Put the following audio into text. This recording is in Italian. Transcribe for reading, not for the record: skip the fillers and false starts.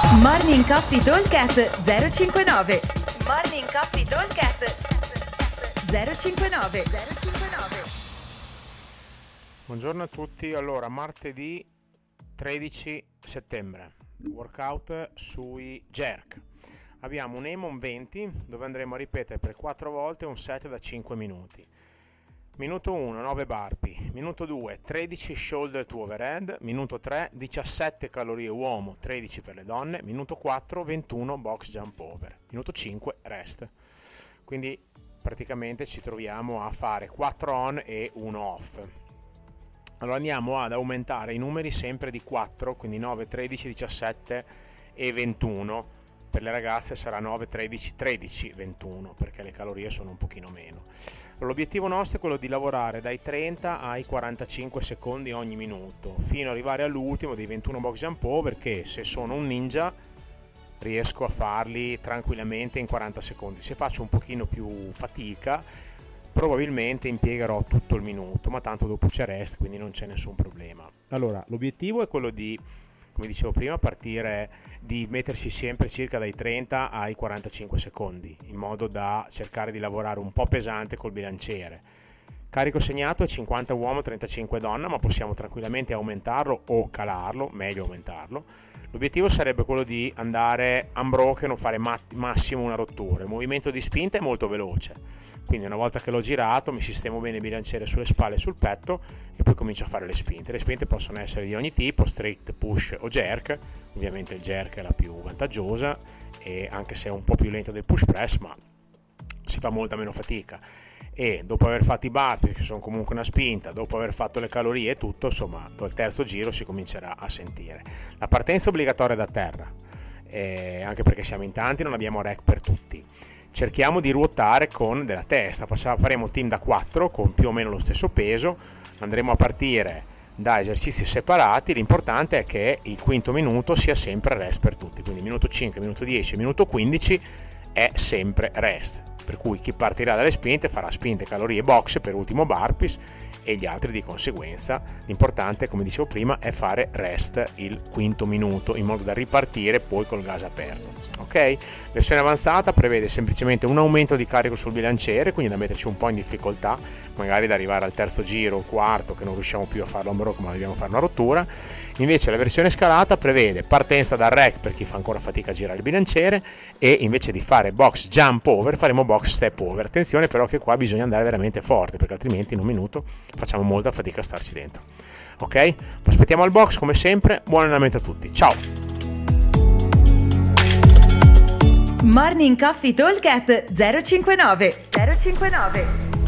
Morning Coffee Talkcast 059. Morning Coffee Talkcast 059. Buongiorno a tutti. Allora, martedì 13 settembre, workout sui jerk. Abbiamo un Emon 20 dove andremo a ripetere per 4 volte un set da 5 minuti. Minuto 1, 9 burpee. Minuto 2, 13 shoulder to overhead. Minuto 3, 17 calorie uomo, 13 per le donne. Minuto 4, 21 box jump over. Minuto 5, rest. Quindi praticamente ci troviamo a fare 4 on e 1 off. Allora andiamo ad aumentare i numeri sempre di 4, quindi 9, 13, 17 e 21. Per le ragazze sarà 9, 13, 13, 21 perché le calorie sono un pochino meno. L'obiettivo nostro è quello di lavorare dai 30 ai 45 secondi ogni minuto fino ad arrivare all'ultimo dei 21 box jump over, che se sono un ninja riesco a farli tranquillamente in 40 secondi. Se faccio un pochino più fatica probabilmente impiegherò tutto il minuto, ma tanto dopo c'è rest, quindi non c'è nessun problema. Allora l'obiettivo è quello di, come dicevo prima, partire di mettersi sempre circa dai 30 ai 45 secondi, in modo da cercare di lavorare un po' pesante col bilanciere. Carico segnato è 50 uomo, 35 donna, ma possiamo tranquillamente aumentarlo o calarlo, meglio aumentarlo. L'obiettivo sarebbe quello di andare unbroken o fare massimo una rottura. Il movimento di spinta è molto veloce, quindi una volta che l'ho girato mi sistemo bene il bilanciere sulle spalle e sul petto e poi comincio a fare le spinte. Le spinte possono essere di ogni tipo, straight, push o jerk. Ovviamente il jerk è la più vantaggiosa, e anche se è un po' più lenta del push press, ma si fa molta meno fatica. E dopo aver fatto i burpee, che sono comunque una spinta, dopo aver fatto le calorie e tutto, insomma, dal terzo giro si comincerà a sentire. La partenza è obbligatoria da terra, anche perché siamo in tanti, non abbiamo rec per tutti. Cerchiamo di ruotare con della testa, faremo team da 4 con più o meno lo stesso peso, andremo a partire da esercizi separati. L'importante è che il quinto minuto sia sempre rest per tutti, quindi minuto 5, minuto 10, minuto 15 è sempre rest, per cui chi partirà dalle spinte farà spinte, calorie, box per ultimo burpees e gli altri di conseguenza. L'importante, come dicevo prima, è fare rest il quinto minuto in modo da ripartire poi col gas aperto. Ok? Versione avanzata prevede semplicemente un aumento di carico sul bilanciere, quindi da metterci un po' in difficoltà, magari da arrivare al terzo giro o quarto che non riusciamo più a farlo unbroken ma dobbiamo fare una rottura. Invece la versione scalata prevede partenza dal rack per chi fa ancora fatica a girare il bilanciere, e invece di fare box jump over faremo box step over. Attenzione però che qua bisogna andare veramente forte, perché altrimenti in un minuto facciamo molta fatica a starci dentro. Ok? Vi aspettiamo al box come sempre. Buon allenamento a tutti, ciao! Morning Coffee Talkcast 059.